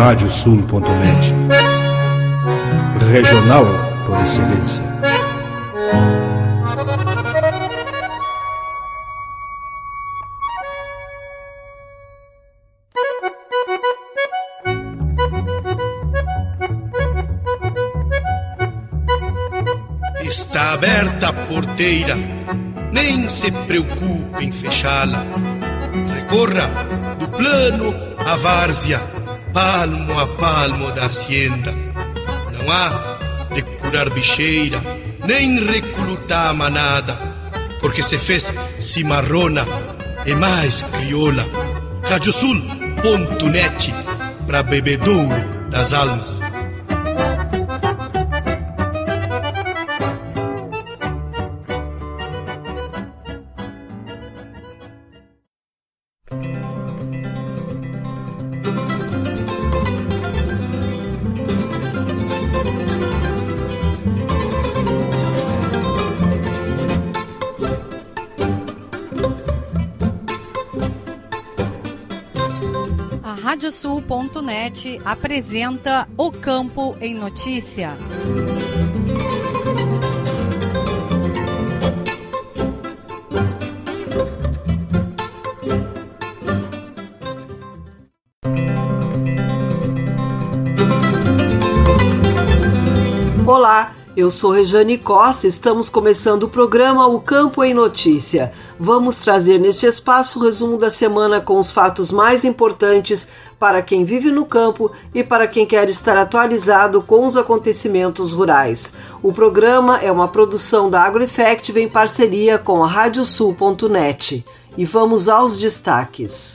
radiosul.net. Regional por excelência. Está aberta a porteira, nem se preocupe em fechá-la. Recorra do plano à várzea, palmo a palmo da hacienda. Não há de curar bicheira, nem recrutar manada, porque se fez cimarrona e mais crioula. Radiosul.net, pra bebedouro das almas. Radiosul.net apresenta O Campo em Notícia. Olá, eu sou Rejane Costa, estamos começando o programa O Campo em Notícia. Vamos trazer neste espaço o resumo da semana com os fatos mais importantes para quem vive no campo e para quem quer estar atualizado com os acontecimentos rurais. O programa é uma produção da AgroEffective em parceria com a Radiosul.net. E vamos aos destaques.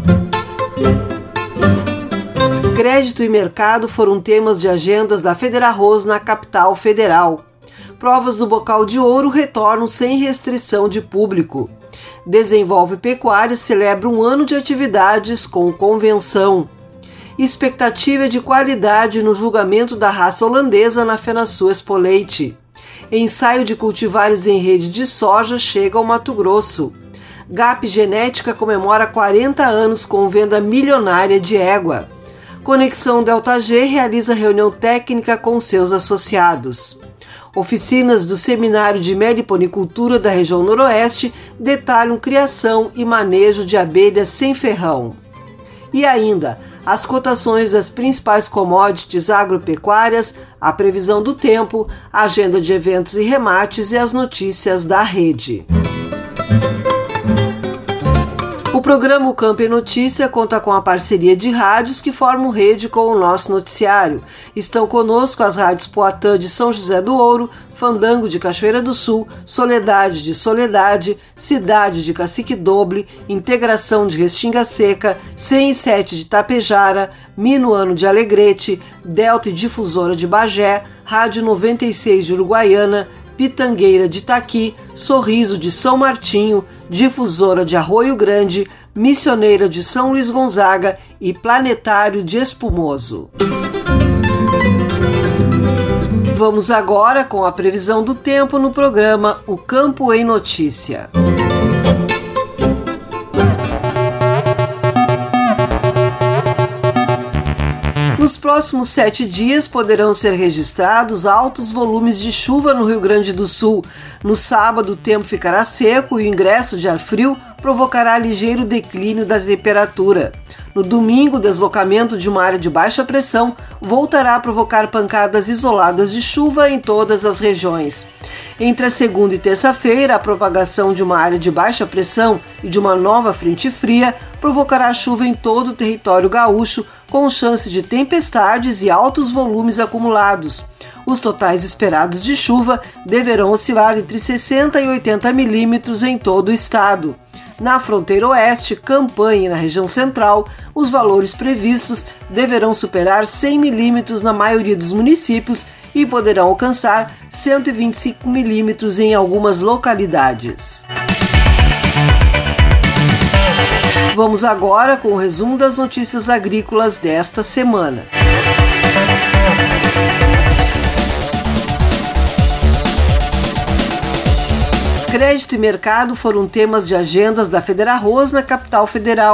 Crédito e mercado foram temas de agendas da Federarroz na capital federal. Provas do Bocal de Ouro retornam sem restrição de público. Desenvolve Pecuária celebra um ano de atividades com convenção. Expectativa de qualidade no julgamento da raça holandesa na FenaSul Expo Leite. Ensaio de cultivares em rede de soja chega ao Mato Grosso. GAP Genética comemora 40 anos com venda milionária de égua. Conexão Delta G realiza reunião técnica com seus associados. Oficinas do Seminário de Meliponicultura da região Noroeste detalham criação e manejo de abelhas sem ferrão. E ainda, as cotações das principais commodities agropecuárias, a previsão do tempo, a agenda de eventos e remates e as notícias da rede. O programa O Campo em Notícia conta com a parceria de rádios que formam rede com o nosso noticiário. Estão conosco as rádios Poatã de São José do Ouro, Fandango de Cachoeira do Sul, Soledade de Soledade, Cidade de Cacique Doble, Integração de Restinga Seca, 107 de Tapejara, Minuano de Alegrete, Delta e Difusora de Bagé, Rádio 96 de Uruguaiana, Pitangueira de Itaqui, Sorriso de São Martinho, Difusora de Arroio Grande, Missioneira de São Luís Gonzaga e Planetário de Espumoso. Vamos agora com a previsão do tempo no programa O Campo em Notícia. Nos próximos 7 dias poderão ser registrados altos volumes de chuva no Rio Grande do Sul. No sábado o tempo ficará seco e o ingresso de ar frio provocará ligeiro declínio da temperatura. No domingo, o deslocamento de uma área de baixa pressão voltará a provocar pancadas isoladas de chuva em todas as regiões. Entre a segunda e terça-feira, a propagação de uma área de baixa pressão e de uma nova frente fria provocará chuva em todo o território gaúcho, com chance de tempestades e altos volumes acumulados. Os totais esperados de chuva deverão oscilar entre 60 e 80 milímetros em todo o estado. Na fronteira oeste, Campanha e na região central, os valores previstos deverão superar 100 milímetros na maioria dos municípios e poderão alcançar 125 milímetros em algumas localidades. Vamos agora com o resumo das notícias agrícolas desta semana. Crédito e mercado foram temas de agendas da Federarroz na capital federal.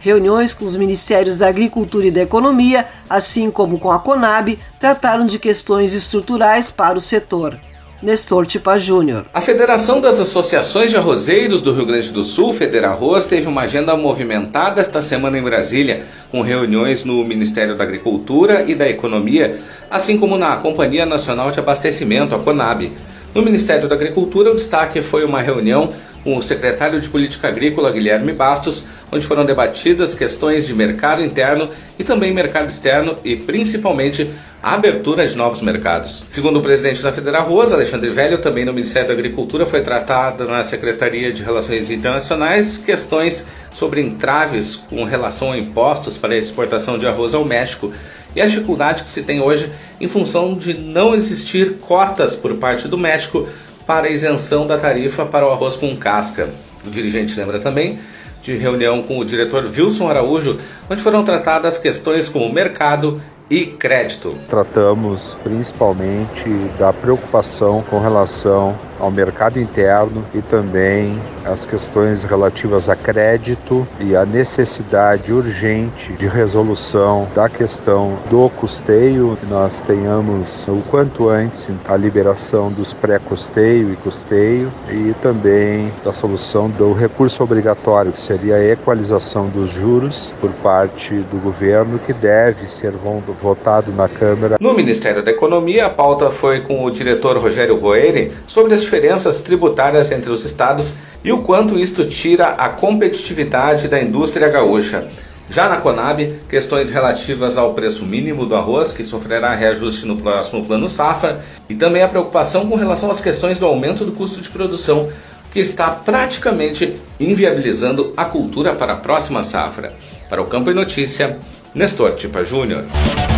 Reuniões com os Ministérios da Agricultura e da Economia, assim como com a Conab, trataram de questões estruturais para o setor. Nestor Tipa Júnior. A Federação das Associações de Arrozeiros do Rio Grande do Sul, Federarroz, teve uma agenda movimentada esta semana em Brasília, com reuniões no Ministério da Agricultura e da Economia, assim como na Companhia Nacional de Abastecimento, a Conab. No Ministério da Agricultura, o destaque foi uma reunião com o secretário de Política Agrícola, Guilherme Bastos, onde foram debatidas questões de mercado interno e também mercado externo e, principalmente, a abertura de novos mercados. Segundo o presidente da Federarroz, Alexandre Velho, também no Ministério da Agricultura foi tratada na Secretaria de Relações Internacionais questões sobre entraves com relação a impostos para a exportação de arroz ao México e a dificuldade que se tem hoje em função de não existir cotas por parte do México para a isenção da tarifa para o arroz com casca. O dirigente lembra também de reunião com o diretor Wilson Araújo, onde foram tratadas questões como mercado e crédito. Tratamos principalmente da preocupação com relação ao mercado interno e também as questões relativas a crédito e a necessidade urgente de resolução da questão do custeio, que nós tenhamos o quanto antes a liberação dos pré-custeio e custeio e também da solução do recurso obrigatório, que seria a equalização dos juros por parte do governo, que deve ser votado na Câmara. No Ministério da Economia, a pauta foi com o diretor Rogério Roere sobre as diferenças tributárias entre os estados e o quanto isto tira a competitividade da indústria gaúcha. Já na Conab, questões relativas ao preço mínimo do arroz, que sofrerá reajuste no próximo Plano Safra, e também a preocupação com relação às questões do aumento do custo de produção, que está praticamente inviabilizando a cultura para a próxima safra. Para o Campo e Notícia, Nestor Tipa Júnior.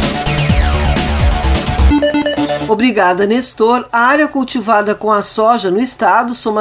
Obrigada, Nestor. A área cultivada com a soja no estado soma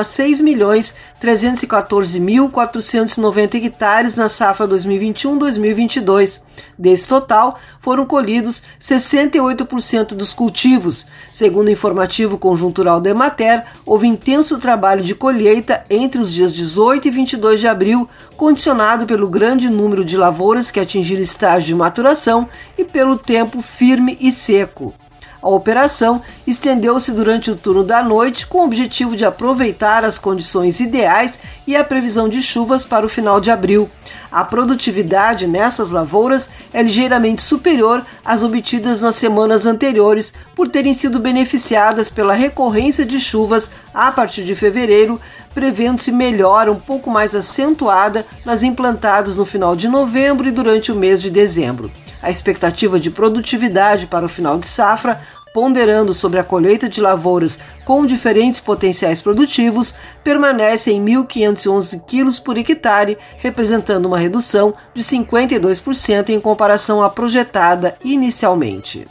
6.314.490 hectares na safra 2021-2022. Desse total, foram colhidos 68% dos cultivos. Segundo o informativo conjuntural da Emater, houve intenso trabalho de colheita entre os dias 18 e 22 de abril, condicionado pelo grande número de lavouras que atingiram estágio de maturação e pelo tempo firme e seco. A operação estendeu-se durante o turno da noite com o objetivo de aproveitar as condições ideais e a previsão de chuvas para o final de abril. A produtividade nessas lavouras é ligeiramente superior às obtidas nas semanas anteriores, por terem sido beneficiadas pela recorrência de chuvas a partir de fevereiro, prevendo-se melhora um pouco mais acentuada nas implantadas no final de novembro e durante o mês de dezembro. A expectativa de produtividade para o final de safra, ponderando sobre a colheita de lavouras com diferentes potenciais produtivos, permanece em 1.511 quilos por hectare, representando uma redução de 52% em comparação à projetada inicialmente.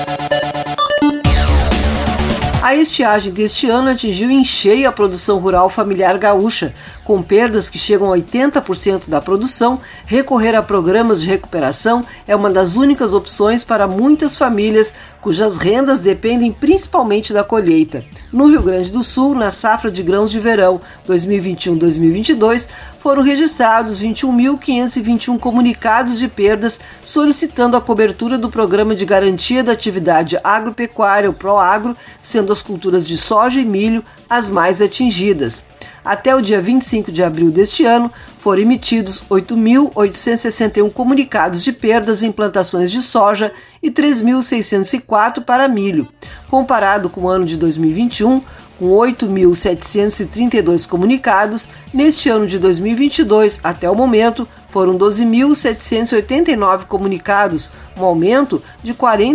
A estiagem deste ano atingiu em cheio a produção rural familiar gaúcha. Com perdas que chegam a 80% da produção, recorrer a programas de recuperação é uma das únicas opções para muitas famílias cujas rendas dependem principalmente da colheita. No Rio Grande do Sul, na safra de grãos de verão 2021-2022, foram registrados 21.521 comunicados de perdas solicitando a cobertura do Programa de Garantia da Atividade Agropecuária, o PROAGRO, sendo as culturas de soja e milho as mais atingidas. Até o dia 25 de abril deste ano, foram emitidos 8.861 comunicados de perdas em plantações de soja e 3.604 para milho. Comparado com o ano de 2021, com 8.732 comunicados, neste ano de 2022, até o momento, foram 12.789 comunicados, um aumento de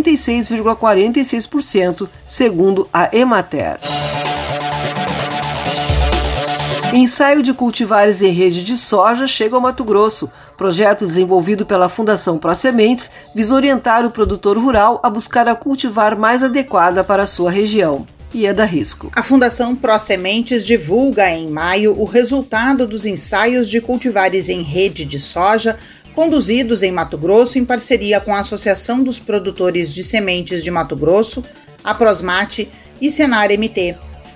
46,46%, segundo a Emater. Ensaio de cultivares em rede de soja chega ao Mato Grosso. Projeto desenvolvido pela Fundação ProSementes visa orientar o produtor rural a buscar a cultivar mais adequada para a sua região. Ieda Risco. A Fundação ProSementes divulga em maio o resultado dos ensaios de cultivares em rede de soja conduzidos em Mato Grosso em parceria com a Associação dos Produtores de Sementes de Mato Grosso, a Prosmate e Senar MT.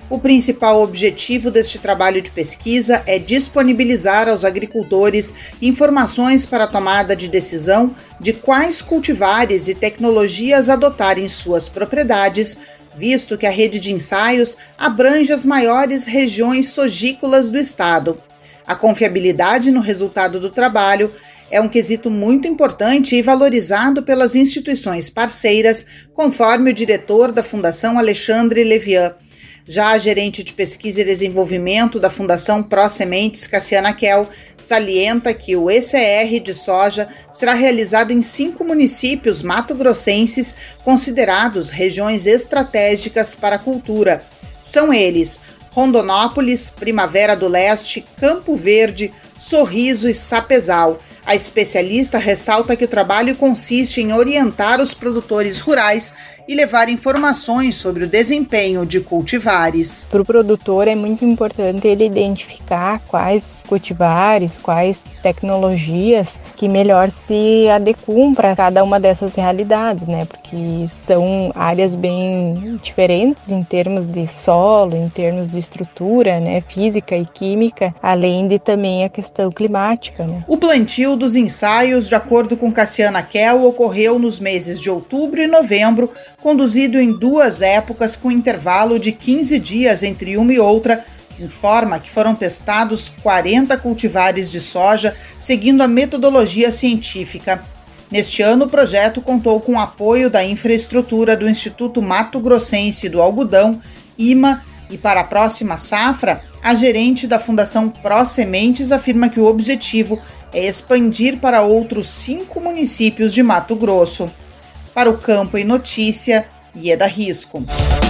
O principal objetivo deste trabalho de pesquisa é disponibilizar aos agricultores informações para a tomada de decisão de quais cultivares e tecnologias adotar em suas propriedades, visto que a rede de ensaios abrange as maiores regiões sogícolas do estado. A confiabilidade no resultado do trabalho é um quesito muito importante e valorizado pelas instituições parceiras, conforme o diretor da Fundação Alexandre Levian. Já a gerente de pesquisa e desenvolvimento da Fundação ProSementes, Cassiana Kell, salienta que o ECR de soja será realizado em 5 municípios mato-grossenses considerados regiões estratégicas para a cultura. São eles Rondonópolis, Primavera do Leste, Campo Verde, Sorriso e Sapezal. A especialista ressalta que o trabalho consiste em orientar os produtores rurais e levar informações sobre o desempenho de cultivares. Para o produtor é muito importante ele identificar quais cultivares, quais tecnologias que melhor se adequam para cada uma dessas realidades, né? Porque são áreas bem diferentes em termos de solo, em termos de estrutura, né? Física e química, além de também a questão climática, né? O plantio dos ensaios, de acordo com Cassiana Kell, ocorreu nos meses de outubro e novembro, conduzido em 2 épocas com intervalo de 15 dias entre uma e outra, informa que foram testados 40 cultivares de soja, seguindo a metodologia científica. Neste ano, o projeto contou com o apoio da infraestrutura do Instituto Mato Grossense do Algodão, IMA, e para a próxima safra, a gerente da Fundação ProSementes afirma que o objetivo é expandir para outros 5 municípios de Mato Grosso. Para o Campo e Notícia, Ieda Risco.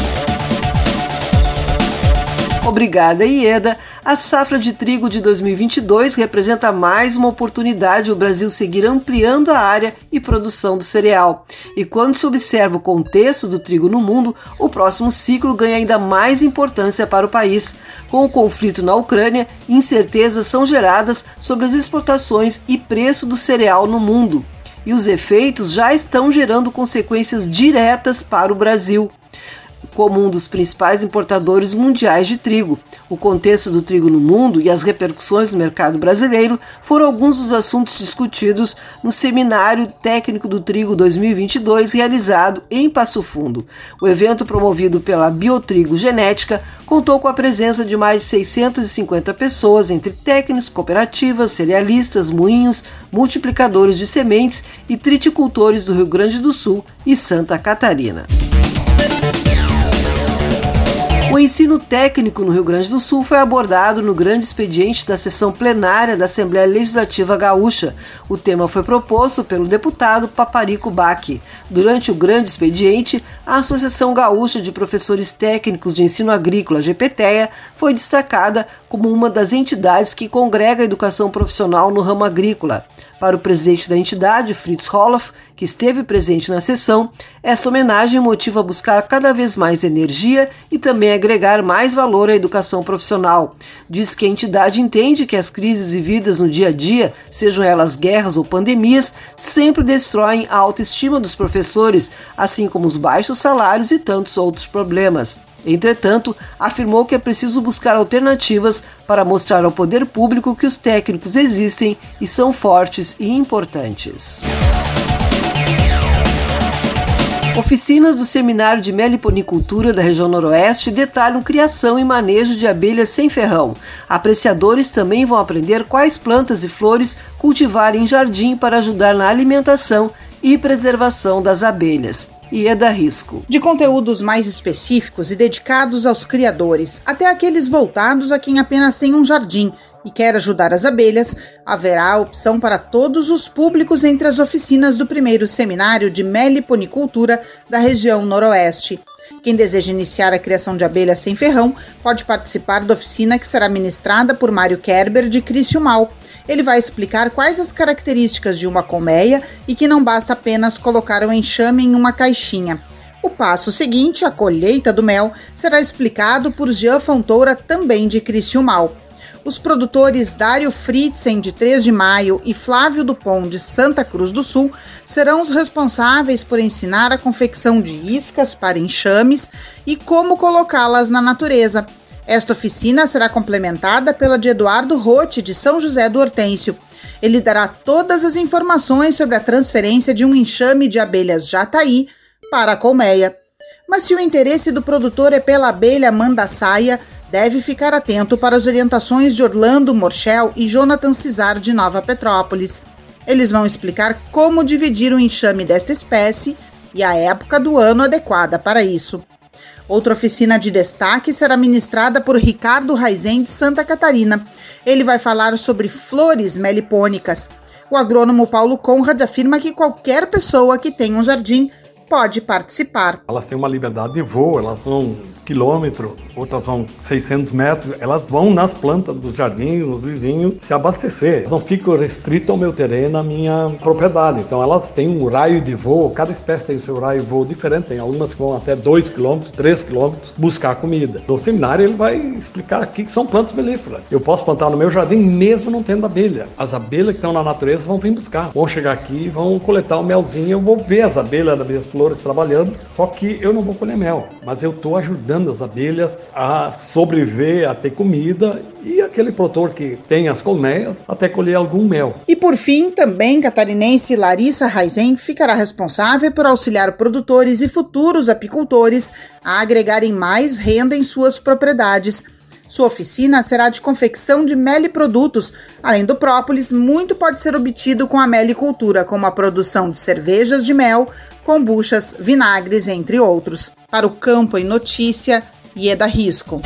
Obrigada, Ieda. A safra de trigo de 2022 representa mais uma oportunidade o Brasil seguir ampliando a área e produção do cereal. E quando se observa o contexto do trigo no mundo, o próximo ciclo ganha ainda mais importância para o país. Com o conflito na Ucrânia, incertezas são geradas sobre as exportações e preço do cereal no mundo. E os efeitos já estão gerando consequências diretas para o Brasil, como um dos principais importadores mundiais de trigo. O contexto do trigo no mundo e as repercussões no mercado brasileiro foram alguns dos assuntos discutidos no Seminário Técnico do Trigo 2022, realizado em Passo Fundo. O evento, promovido pela Biotrigo Genética, contou com a presença de mais de 650 pessoas, entre técnicos, cooperativas, cerealistas, moinhos, multiplicadores de sementes e triticultores do Rio Grande do Sul e Santa Catarina. O ensino técnico no Rio Grande do Sul foi abordado no grande expediente da sessão plenária da Assembleia Legislativa Gaúcha. O tema foi proposto pelo deputado Paparico Bach. Durante o grande expediente, a Associação Gaúcha de Professores Técnicos de Ensino Agrícola, GPTEA, foi destacada como uma das entidades que congrega a educação profissional no ramo agrícola. Para o presidente da entidade, Fritz Roloff, que esteve presente na sessão, essa homenagem motiva a buscar cada vez mais energia e também agregar mais valor à educação profissional. Diz que a entidade entende que as crises vividas no dia a dia, sejam elas guerras ou pandemias, sempre destroem a autoestima dos professores, assim como os baixos salários e tantos outros problemas. Entretanto, afirmou que é preciso buscar alternativas para mostrar ao poder público que os técnicos existem e são fortes e importantes. Oficinas do Seminário de Meliponicultura da região Noroeste detalham criação e manejo de abelhas sem ferrão. Apreciadores também vão aprender quais plantas e flores cultivar em jardim para ajudar na alimentação e preservação das abelhas. Ieda Risco. De conteúdos mais específicos e dedicados aos criadores, até aqueles voltados a quem apenas tem um jardim e quer ajudar as abelhas, haverá opção para todos os públicos entre as oficinas do primeiro seminário de meliponicultura da região Noroeste. Quem deseja iniciar a criação de abelhas sem ferrão pode participar da oficina que será ministrada por Mário Kerber de Criciúmal. Ele vai explicar quais as características de uma colmeia e que não basta apenas colocar o enxame em uma caixinha. O passo seguinte, a colheita do mel, será explicado por Jean Fontoura, também de Criciúmal. Os produtores Dário Fritzen, de 3 de Maio, e Flávio Dupont, de Santa Cruz do Sul, serão os responsáveis por ensinar a confecção de iscas para enxames e como colocá-las na natureza. Esta oficina será complementada pela de Eduardo Rotti, de São José do Hortêncio. Ele dará todas as informações sobre a transferência de um enxame de abelhas jataí para a colmeia. Mas se o interesse do produtor é pela abelha mandaçaia, deve ficar atento para as orientações de Orlando Morchel e Jonathan Cisar, de Nova Petrópolis. Eles vão explicar como dividir o enxame desta espécie e a época do ano adequada para isso. Outra oficina de destaque será ministrada por Ricardo Raizen, de Santa Catarina. Ele vai falar sobre flores melipônicas. O agrônomo Paulo Conrad afirma que qualquer pessoa que tenha um jardim pode participar. Elas têm uma liberdade de voo, elas vão 1 quilômetro, outras vão 600 metros, elas vão nas plantas dos jardins, nos vizinhos, se abastecer. Não fico restrito ao meu terreno, à minha propriedade. Então elas têm um raio de voo, cada espécie tem o seu raio de voo diferente, tem algumas que vão até 2 quilômetros, 3 quilômetros buscar comida. No seminário ele vai explicar aqui que são plantas melíferas. Eu posso plantar no meu jardim mesmo não tendo abelha. As abelhas que estão na natureza vão vir buscar. Vão chegar aqui e vão coletar o melzinho, eu vou ver as abelhas das minhas flores trabalhando, só que eu não vou colher mel, mas eu estou ajudando as abelhas a sobreviver, a ter comida, e aquele produtor que tem as colmeias até colher algum mel. E por fim, também catarinense Larissa Raizen ficará responsável por auxiliar produtores e futuros apicultores a agregarem mais renda em suas propriedades. Sua oficina será de confecção de meliprodutos. Além do própolis, muito pode ser obtido com a melicultura, como a produção de cervejas de mel, kombuchas, vinagres, entre outros. Para o Campo em Notícia, Ieda Risco.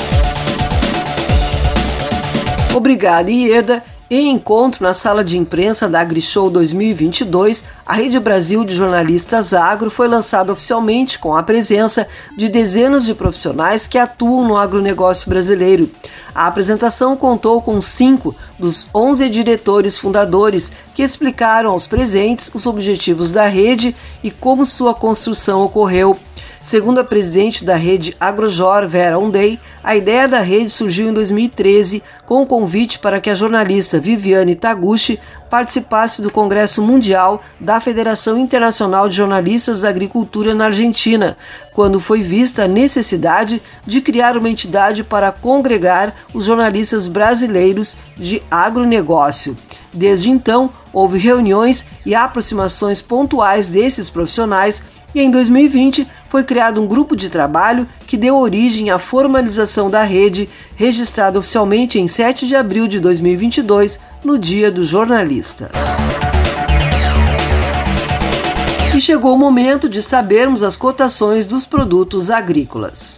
Obrigada, Ieda. Em encontro na sala de imprensa da AgriShow 2022, a Rede Brasil de Jornalistas Agro foi lançada oficialmente com a presença de dezenas de profissionais que atuam no agronegócio brasileiro. A apresentação contou com 5 dos 11 diretores fundadores que explicaram aos presentes os objetivos da rede e como sua construção ocorreu. Segundo a presidente da rede Agrojor, Vera Ondei, a ideia da rede surgiu em 2013 com o convite para que a jornalista Viviane Taguchi participasse do Congresso Mundial da Federação Internacional de Jornalistas da Agricultura na Argentina, quando foi vista a necessidade de criar uma entidade para congregar os jornalistas brasileiros de agronegócio. Desde então, houve reuniões e aproximações pontuais desses profissionais e em 2020 foi criado um grupo de trabalho que deu origem à formalização da rede, registrada oficialmente em 7 de abril de 2022, no Dia do Jornalista. E chegou o momento de sabermos as cotações dos produtos agrícolas.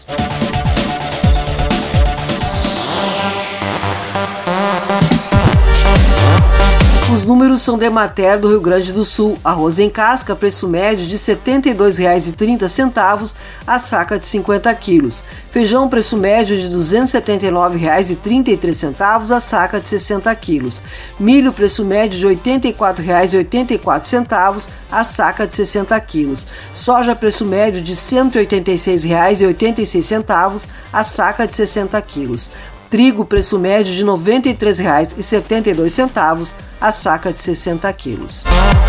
Os números são da Emater do Rio Grande do Sul. Arroz em casca, preço médio de R$ 72,30 a saca de 50 quilos. Feijão, preço médio de R$ 279,33 a saca de 60 quilos. Milho, preço médio de R$ 84,84 a saca de 60 quilos. Soja, preço médio de R$ 186,86 a saca de 60 quilos. Trigo, preço médio de R$ 93,72 a saca de 60 quilos.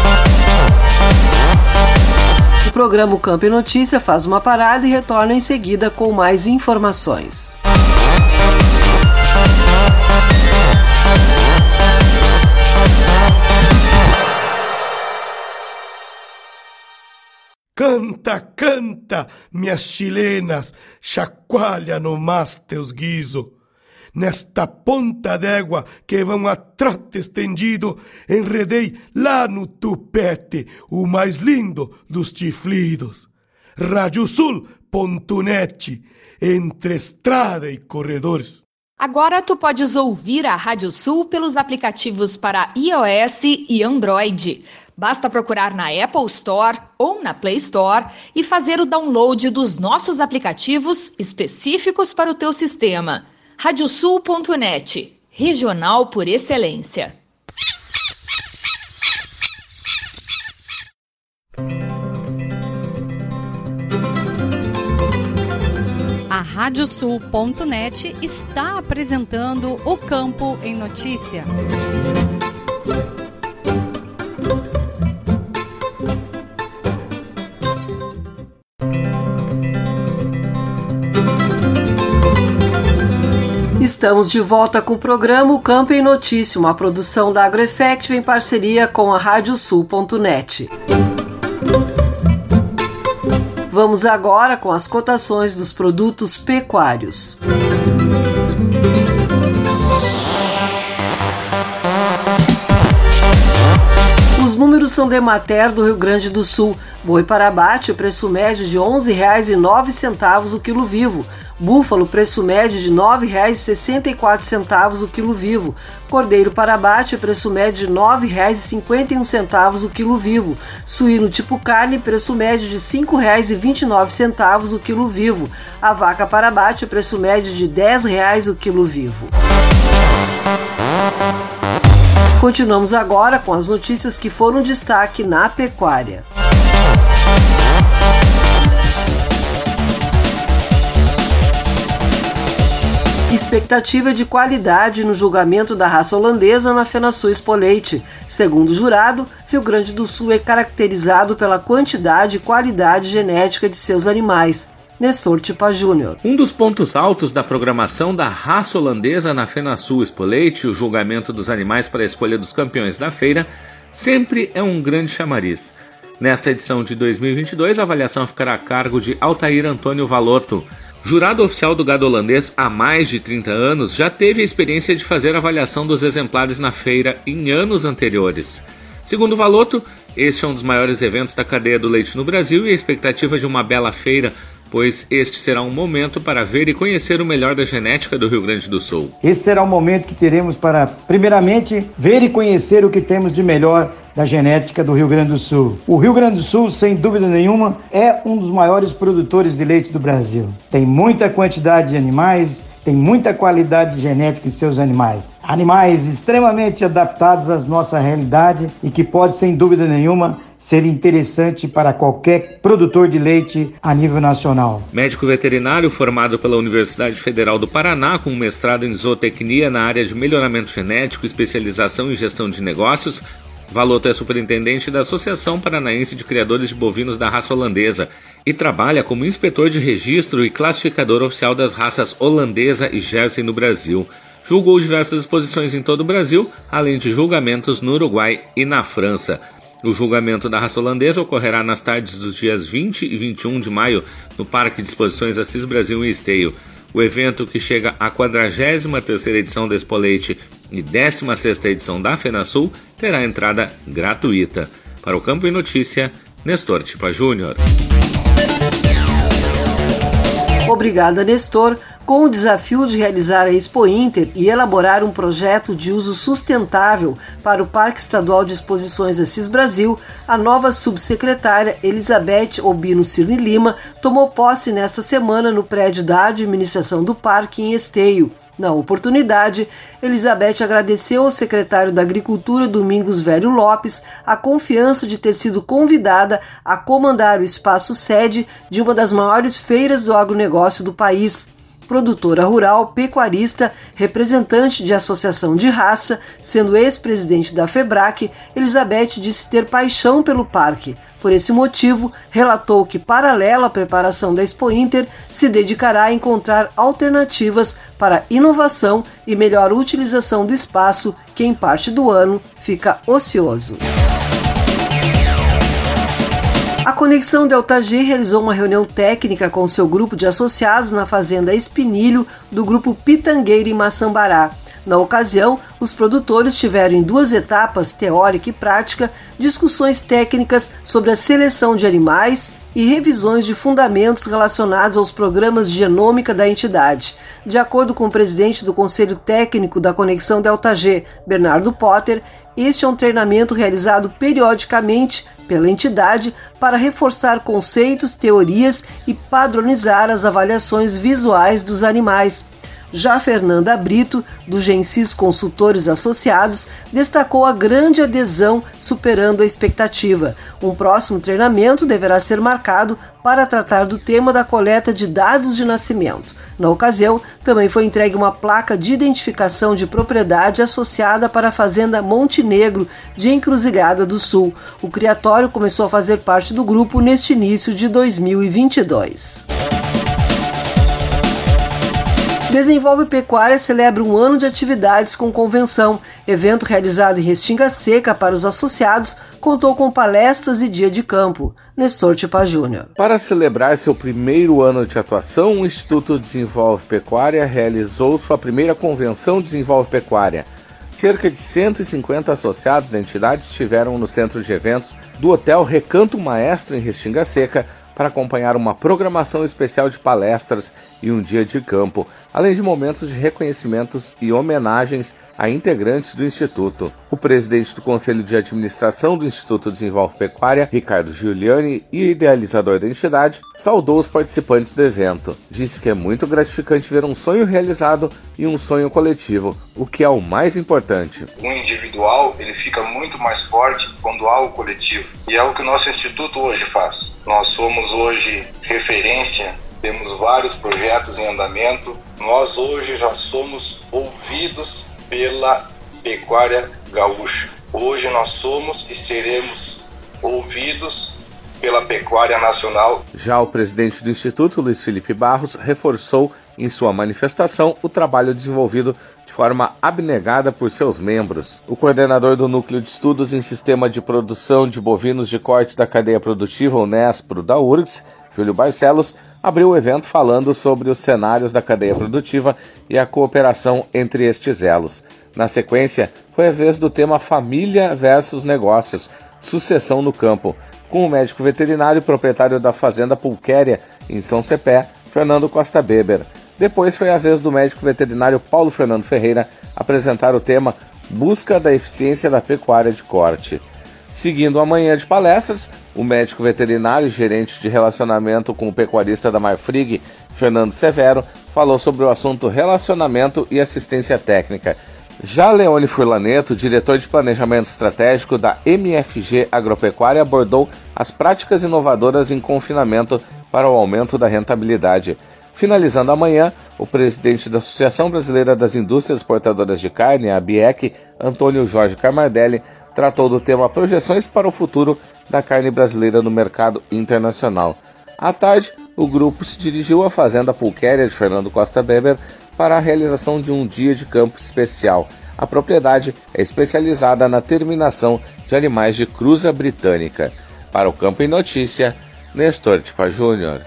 O programa O Campo em Notícia faz uma parada e retorna em seguida com mais informações. Canta, canta, minhas chilenas, chacoalha no mas teus guiso. Nesta ponta d'égua que vão a trote estendido, enredei lá no tupete o mais lindo dos chiflidos. Radiosul.net, entre estrada e corredores. Agora tu podes ouvir a Rádio Sul pelos aplicativos para iOS e Android. Basta procurar na Apple Store ou na Play Store e fazer o download dos nossos aplicativos específicos para o teu sistema. Radiosul.net, regional por excelência. A Radiosul.net está apresentando o Campo em Notícia. Estamos de volta com o programa O Campo em Notícia, uma produção da AgroEffective em parceria com a Radiosul.net. Vamos agora com as cotações dos produtos pecuários. Os números são da Emater do Rio Grande do Sul. Boi para abate, preço médio de R$ 11,09 o quilo vivo. Búfalo, preço médio de R$ 9,64 o quilo vivo. Cordeiro para abate, preço médio de R$ 9,51 o quilo vivo. Suíno tipo carne, preço médio de R$ 5,29 o quilo vivo. A vaca para abate, preço médio de R$ 10 o quilo vivo. Continuamos agora com as notícias que foram destaque na pecuária. Expectativa de qualidade no julgamento da raça holandesa na FenaSul Expo-Leite. Segundo o jurado, Rio Grande do Sul é caracterizado pela quantidade e qualidade genética de seus animais. Nestor Tipa Júnior. Um dos pontos altos da programação da raça holandesa na FenaSul Expo-Leite, o julgamento dos animais para a escolha dos campeões da feira, sempre é um grande chamariz. Nesta edição de 2022, a avaliação ficará a cargo de Altair Antônio Valotto. Jurado oficial do gado holandês há mais de 30 anos, já teve a experiência de fazer a avaliação dos exemplares na feira em anos anteriores. Segundo Valotto, este é um dos maiores eventos da cadeia do leite no Brasil e a expectativa de uma bela feira, pois este será um momento para ver e conhecer o melhor da genética do Rio Grande do Sul. Esse será o momento que teremos para, primeiramente, ver e conhecer o que temos de melhor da genética do Rio Grande do Sul. O Rio Grande do Sul, sem dúvida nenhuma, é um dos maiores produtores de leite do Brasil. Tem muita quantidade de animais, tem muita qualidade genética em seus animais. Animais extremamente adaptados à nossa realidade e que pode, sem dúvida nenhuma, ser interessante para qualquer produtor de leite a nível nacional. Médico veterinário formado pela Universidade Federal do Paraná, com mestrado em zootecnia na área de melhoramento genético e especialização em gestão de negócios, Valotto é superintendente da Associação Paranaense de Criadores de Bovinos da Raça Holandesa e trabalha como inspetor de registro e classificador oficial das raças holandesa e Jersey no Brasil. Julgou diversas exposições em todo o Brasil, além de julgamentos no Uruguai e na França. O julgamento da raça holandesa ocorrerá nas tardes dos dias 20 e 21 de maio no Parque de Exposições Assis Brasil em Esteio. O evento, que chega à 43ª edição da Expo-Leite e 16ª edição da FenaSul, terá entrada gratuita. Para o Campo em Notícia, Nestor Tipa Júnior. Obrigada, Nestor. Com o desafio de realizar a Expo Inter e elaborar um projeto de uso sustentável para o Parque Estadual de Exposições Assis Brasil, a nova subsecretária Elizabeth Obino Cirne Lima tomou posse nesta semana no prédio da administração do parque em Esteio. Na oportunidade, Elizabeth agradeceu ao secretário da Agricultura, Domingos Velho Lopes, a confiança de ter sido convidada a comandar o espaço sede de uma das maiores feiras do agronegócio do país. Produtora rural, pecuarista, representante de associação de raça, sendo ex-presidente da FEBRAC, Elizabeth disse ter paixão pelo parque. Por esse motivo, relatou que, paralelo à preparação da Expo Inter, se dedicará a encontrar alternativas para inovação e melhor utilização do espaço, que em parte do ano fica ocioso. A Conexão Delta G realizou uma reunião técnica com seu grupo de associados na Fazenda Espinilho, do grupo Pitangueira em Maçambará. Na ocasião, os produtores tiveram em 2 etapas, teórica e prática, discussões técnicas sobre a seleção de animais e revisões de fundamentos relacionados aos programas de genômica da entidade. De acordo com o presidente do Conselho Técnico da Conexão Delta G, Bernardo Potter, este é um treinamento realizado periodicamente pela entidade para reforçar conceitos, teorias e padronizar as avaliações visuais dos animais. Já Fernanda Brito, do Gensis Consultores Associados, destacou a grande adesão, superando a expectativa. Um próximo treinamento deverá ser marcado para tratar do tema da coleta de dados de nascimento. Na ocasião, também foi entregue uma placa de identificação de propriedade associada para a Fazenda Montenegro de Encruzilhada do Sul. O criatório começou a fazer parte do grupo neste início de 2022. Desenvolve Pecuária celebra um ano de atividades com convenção. Evento realizado em Restinga Seca para os associados contou com palestras e dia de campo. Nestor Tipa Júnior. Para celebrar seu primeiro ano de atuação, o Instituto Desenvolve Pecuária realizou sua primeira convenção Desenvolve Pecuária. Cerca de 150 associados da entidade estiveram no centro de eventos do Hotel Recanto Maestro em Restinga Seca para acompanhar uma programação especial de palestras e um dia de campo, além de momentos de reconhecimentos e homenagens a integrantes do Instituto. O presidente do Conselho de Administração do Instituto Desenvolve Pecuária, Ricardo Giuliani, e idealizador da entidade, saudou os participantes do evento. Disse que é muito gratificante ver um sonho realizado e um sonho coletivo, o que é o mais importante. O individual, ele fica muito mais forte quando há o coletivo. E é o que o nosso Instituto hoje faz. Nós somos hoje referência, temos vários projetos em andamento. Nós hoje já somos ouvidos pela pecuária gaúcha. Hoje nós somos e seremos ouvidos pela pecuária nacional. Já o presidente do Instituto, Luiz Felipe Barros, reforçou em sua manifestação o trabalho desenvolvido de forma abnegada por seus membros. O coordenador do Núcleo de Estudos em Sistema de Produção de Bovinos de Corte da Cadeia Produtiva, o NESPRO, da URGS, Júlio Barcelos, abriu o evento falando sobre os cenários da cadeia produtiva e a cooperação entre estes elos. Na sequência, foi a vez do tema Família versus Negócios, Sucessão no Campo, com o médico veterinário e proprietário da Fazenda Pulquéria, em São Cepé, Fernando Costa Beber. Depois foi a vez do médico veterinário Paulo Fernando Ferreira apresentar o tema Busca da Eficiência da Pecuária de Corte. Seguindo a manhã de palestras, o médico veterinário e gerente de relacionamento com o pecuarista da Marfrig, Fernando Severo, falou sobre o assunto relacionamento e assistência técnica. Já Leone Furlaneto, diretor de planejamento estratégico da MFG Agropecuária, abordou as práticas inovadoras em confinamento para o aumento da rentabilidade. Finalizando amanhã, o presidente da Associação Brasileira das Indústrias Exportadoras de Carne, a ABIEC, Antônio Jorge Camardelli, tratou do tema Projeções para o Futuro da Carne Brasileira no Mercado Internacional. À tarde, o grupo se dirigiu à Fazenda Pulquéria de Fernando Costa Beber para a realização de um dia de campo especial. A propriedade é especializada na terminação de animais de cruza britânica. Para o Campo em Notícia, Nestor Tipa Júnior.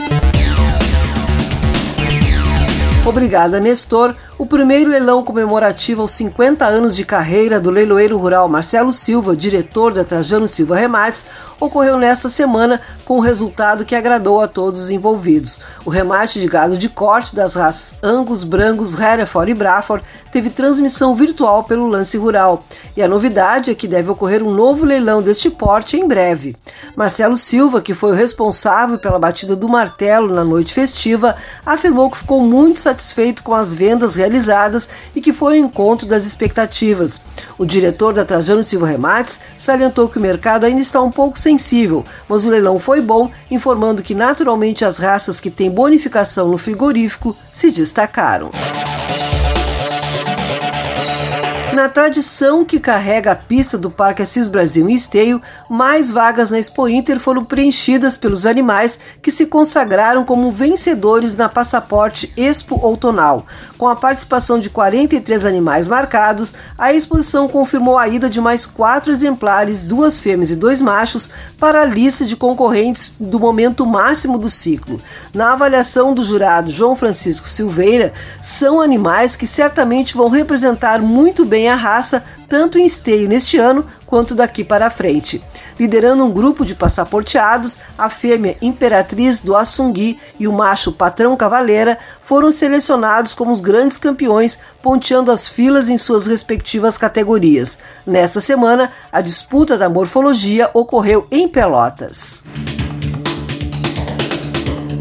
Obrigada, Nestor. O primeiro leilão comemorativo aos 50 anos de carreira do leiloeiro rural Marcelo Silva, diretor da Trajano Silva Remates, ocorreu nesta semana com um resultado que agradou a todos os envolvidos. O remate de gado de corte das raças Angus, Brangus, Hereford e Braford teve transmissão virtual pelo Lance Rural. E a novidade é que deve ocorrer um novo leilão deste porte em breve. Marcelo Silva, que foi o responsável pela batida do martelo na noite festiva, afirmou que ficou muito satisfeito com as vendas realizadas e que foi ao encontro das expectativas. O diretor da Trajano Silva Remates salientou que o mercado ainda está um pouco sensível, mas o leilão foi bom, informando que naturalmente as raças que têm bonificação no frigorífico se destacaram. Na tradição que carrega a pista do Parque Assis Brasil em Esteio, mais vagas na Expo Inter foram preenchidas pelos animais que se consagraram como vencedores na Passaporte Expo Outonal. Com a participação de 43 animais marcados, a exposição confirmou a ida de mais 4 exemplares, 2 fêmeas e 2 machos, para a lista de concorrentes do momento máximo do ciclo. Na avaliação do jurado João Francisco Silveira, são animais que certamente vão representar muito bem a raça, tanto em Esteio neste ano, quanto daqui para frente. Liderando um grupo de passaporteados, a fêmea Imperatriz do Assungui e o macho Patrão Cavaleira foram selecionados como os grandes campeões, ponteando as filas em suas respectivas categorias. Nesta semana, a disputa da morfologia ocorreu em Pelotas.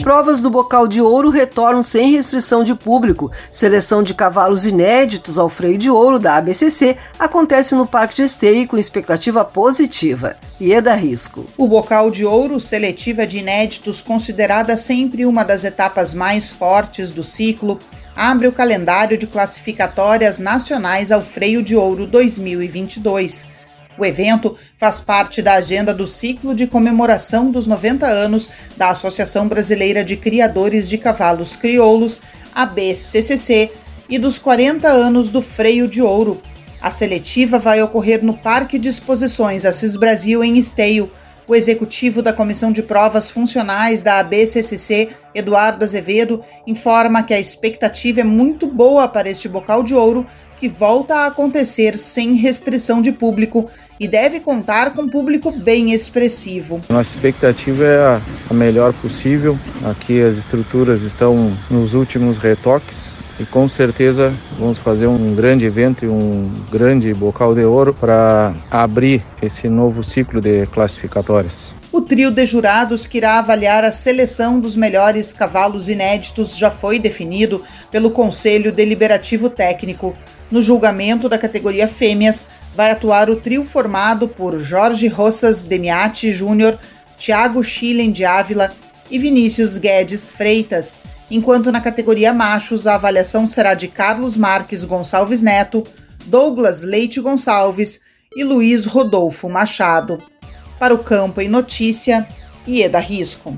Provas do Bocal de Ouro retornam sem restrição de público. Seleção de cavalos inéditos ao freio de ouro da ABCC acontece no Parque de Esteio com expectativa positiva. Ieda Risco. O Bocal de Ouro, seletiva de inéditos, considerada sempre uma das etapas mais fortes do ciclo, abre o calendário de classificatórias nacionais ao freio de ouro 2022. O evento faz parte da agenda do ciclo de comemoração dos 90 anos da Associação Brasileira de Criadores de Cavalos Crioulos, ABCCC, e dos 40 anos do freio de ouro. A seletiva vai ocorrer no Parque de Exposições Assis Brasil, em Esteio. O executivo da Comissão de Provas Funcionais da ABCCC, Eduardo Azevedo, informa que a expectativa é muito boa para este Bocal de Ouro, que volta a acontecer sem restrição de público e deve contar com um público bem expressivo. Nossa expectativa é a melhor possível. Aqui as estruturas estão nos últimos retoques e com certeza vamos fazer um grande evento e um grande Bocal de Ouro para abrir esse novo ciclo de classificatórias. O trio de jurados que irá avaliar a seleção dos melhores cavalos inéditos já foi definido pelo Conselho Deliberativo Técnico. No julgamento da categoria fêmeas, vai atuar o trio formado por Jorge Roças Demiati Júnior, Thiago Schillen de Ávila e Vinícius Guedes Freitas, enquanto na categoria machos a avaliação será de Carlos Marques Gonçalves Neto, Douglas Leite Gonçalves e Luiz Rodolfo Machado. Para o Campo em Notícia, Ieda Risco.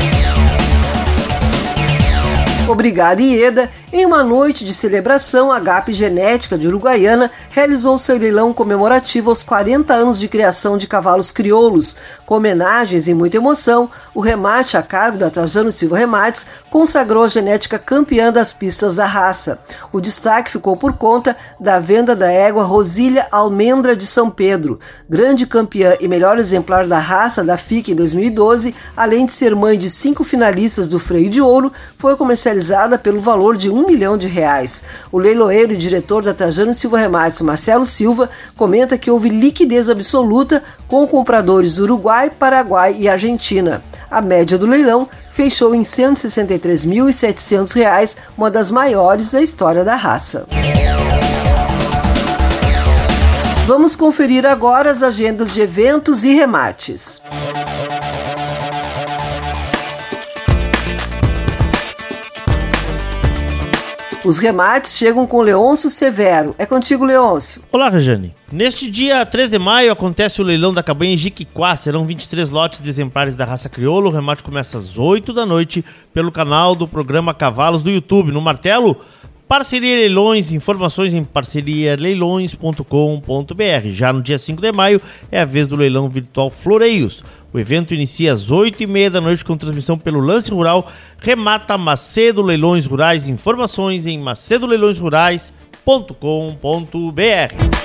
Obrigada, Ieda. Em uma noite de celebração, a GAP Genética de Uruguaiana realizou seu leilão comemorativo aos 40 anos de criação de cavalos crioulos. Com homenagens e muita emoção, o remate a cargo da Trajano Silva Remates consagrou a genética campeã das pistas da raça. O destaque ficou por conta da venda da égua Rosília Almendra de São Pedro. Grande campeã e melhor exemplar da raça da FIC em 2012, além de ser mãe de 5 finalistas do freio de ouro, foi comercializada pelo valor de R$1 milhão. O leiloeiro e diretor da Trajano Silva Remates, Marcelo Silva, comenta que houve liquidez absoluta com compradores do Uruguai, Paraguai e Argentina. A média do leilão fechou em R$ 163.700, uma das maiores da história da raça. Vamos conferir agora as agendas de eventos e remates. Os remates chegam com Leôncio Severo. É contigo, Leôncio. Olá, Rejane. Neste dia 3 de maio acontece o leilão da cabanha em Jiquiquá. Serão 23 lotes de exemplares da raça crioula. O remate começa às 8 da noite pelo canal do programa Cavalos do YouTube. No martelo, Parceria Leilões, informações em parcerialeilões.com.br. Já no dia 5 de maio é a vez do leilão virtual Floreios. O evento inicia às 8h30 da noite com transmissão pelo Lance Rural. Remata Macedo Leilões Rurais. Informações em macedoleilõesrurais.com.br.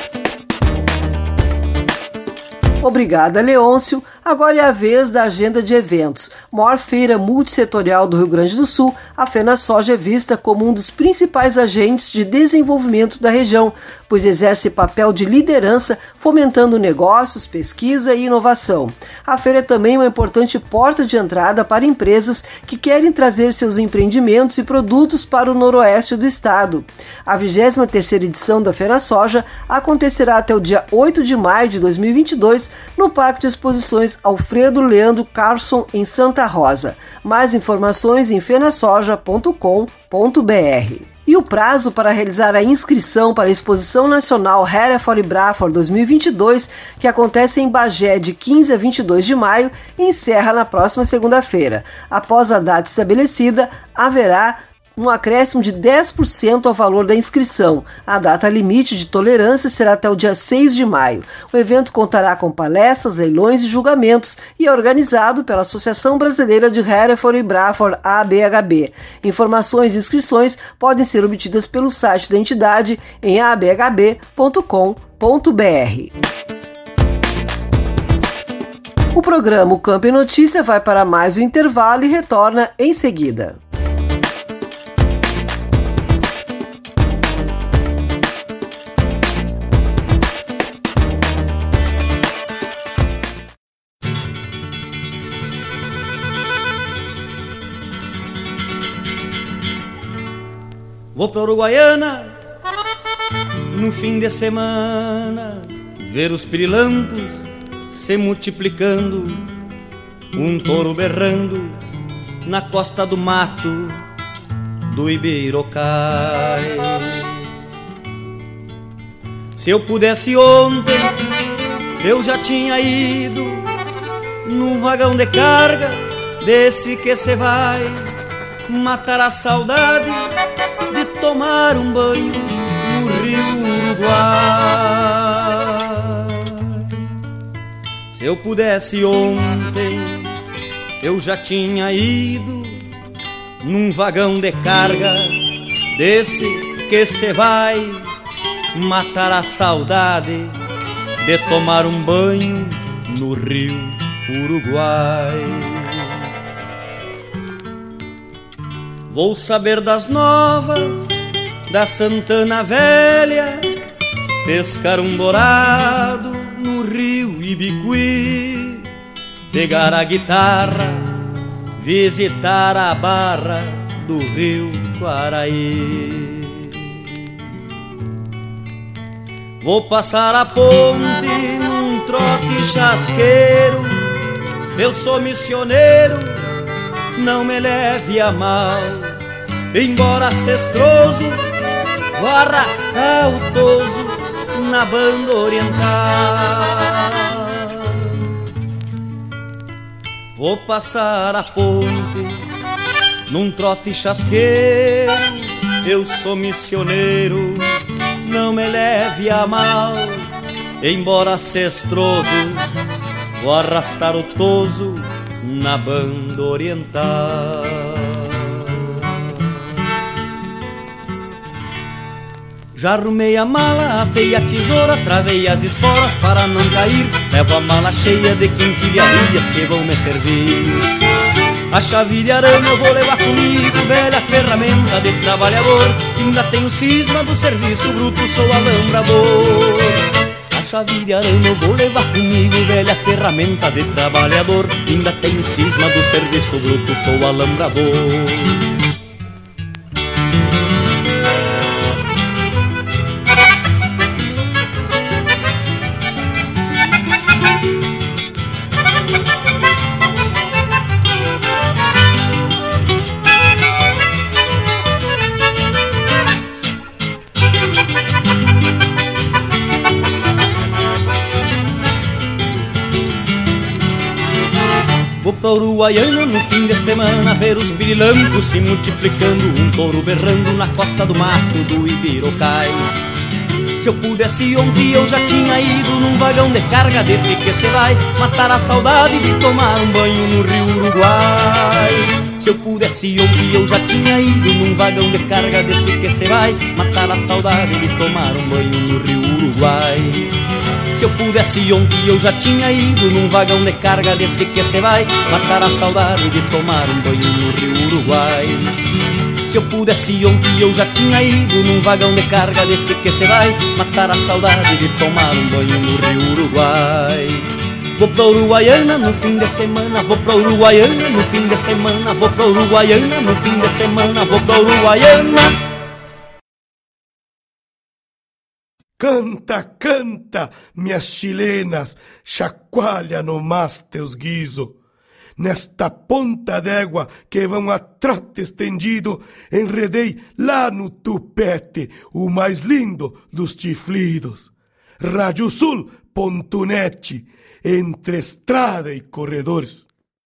Obrigada, Leôncio. Agora é a vez da agenda de eventos. Maior feira multissetorial do Rio Grande do Sul, a FenaSoja é vista como um dos principais agentes de desenvolvimento da região, pois exerce papel de liderança, fomentando negócios, pesquisa e inovação. A feira é também uma importante porta de entrada para empresas que querem trazer seus empreendimentos e produtos para o noroeste do estado. A 23ª edição da FenaSoja acontecerá até o dia 8 de maio de 2022, no Parque de Exposições Alfredo Leandro Carlson, em Santa Rosa. Mais informações em fenasoja.com.br. E o prazo para realizar a inscrição para a Exposição Nacional Hereford Braford 2022, que acontece em Bagé de 15 a 22 de maio, encerra na próxima segunda-feira. Após a data estabelecida, haverá um acréscimo de 10% ao valor da inscrição. A data limite de tolerância será até o dia 6 de maio. O evento contará com palestras, leilões e julgamentos e é organizado pela Associação Brasileira de Hereford e Braford, ABHB. Informações e inscrições podem ser obtidas pelo site da entidade em abhb.com.br. O programa O Campo em Notícia vai para mais um intervalo e retorna em seguida. Vou pra Uruguaiana no fim de semana ver os pirilampos se multiplicando, um touro berrando na costa do mato do Ibirocai. Se eu pudesse ontem, eu já tinha ido num vagão de carga desse que cê vai matar a saudade de tomar um banho no rio Uruguai. Se eu pudesse ontem, eu já tinha ido num vagão de carga desse que cê vai matar a saudade de tomar um banho no rio Uruguai. Vou saber das novas da Santana Velha, pescar um dourado no rio Ibiqui, pegar a guitarra, visitar a barra do rio Quaraí. Vou passar a ponte num trote chasqueiro, eu sou missioneiro, não me leve a mal. Embora cestroso, vou arrastar o toso na banda oriental. Vou passar a ponte num trote chasqueiro, eu sou missioneiro, não me leve a mal. Embora cestroso, vou arrastar o toso na banda oriental. Já arrumei a mala, afei a tesoura, travei as esporas para não cair. Levo a mala cheia de quinquilharias que vão me servir. A chave de arame eu vou levar comigo, velha ferramenta de trabalhador. Ainda tenho cisma do serviço bruto, sou alambrador. A chave de arame eu vou levar comigo, velha ferramenta de trabalhador. Ainda tenho cisma do serviço bruto, sou alambrador. Pra Uruguaiana no fim de semana ver os pirilampos se multiplicando, um touro berrando na costa do mato do Ibirocai. Se eu pudesse ontem eu já tinha ido num vagão de carga desse que cê vai matar a saudade de tomar um banho no rio Uruguai. Se eu pudesse ontem eu já tinha ido num vagão de carga desse que cê vai matar a saudade de tomar um banho no rio Uruguai. Se eu pudesse ontem eu já tinha ido num vagão de carga desse que cê vai matar a saudade de tomar um banho no rio Uruguai. Se eu pudesse ontem eu já tinha ido num vagão de carga desse que cê vai matar a saudade de tomar um banho no rio Uruguai. Vou pra Uruguaiana no fim de semana, vou pra Uruguaiana no fim de semana, vou pra Uruguaiana no fim de semana, vou pra Uruguaiana. Canta, canta, minhas chilenas, chacoalha no mas teus guiso. Nesta ponta d'égua que vão a trote estendido, enredei lá no tupete o mais lindo dos chiflidos. Radiosul.net, entre estrada e corredores.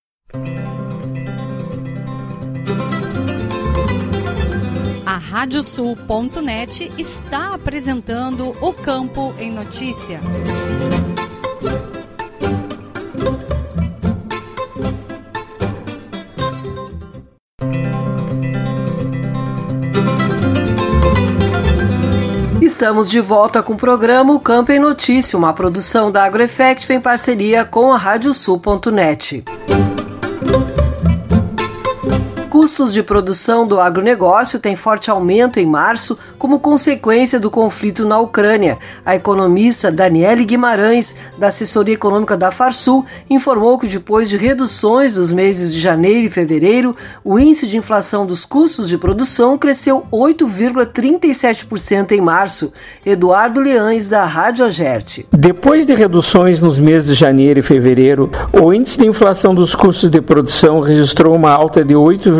A Radiosul.net está apresentando o Campo em Notícia. Estamos de volta com o programa O Campo em Notícia, uma produção da AgroEffective em parceria com a Radiosul.net. custos de produção do agronegócio têm forte aumento em março como consequência do conflito na Ucrânia. A economista Daniele Guimarães, da assessoria econômica da Farsul, informou que depois de reduções dos meses de janeiro e fevereiro, o índice de inflação dos custos de produção cresceu 8,37% em março. Eduardo Leães, da Rádio Agerte. Depois de reduções nos meses de janeiro e fevereiro, o índice de inflação dos custos de produção registrou uma alta de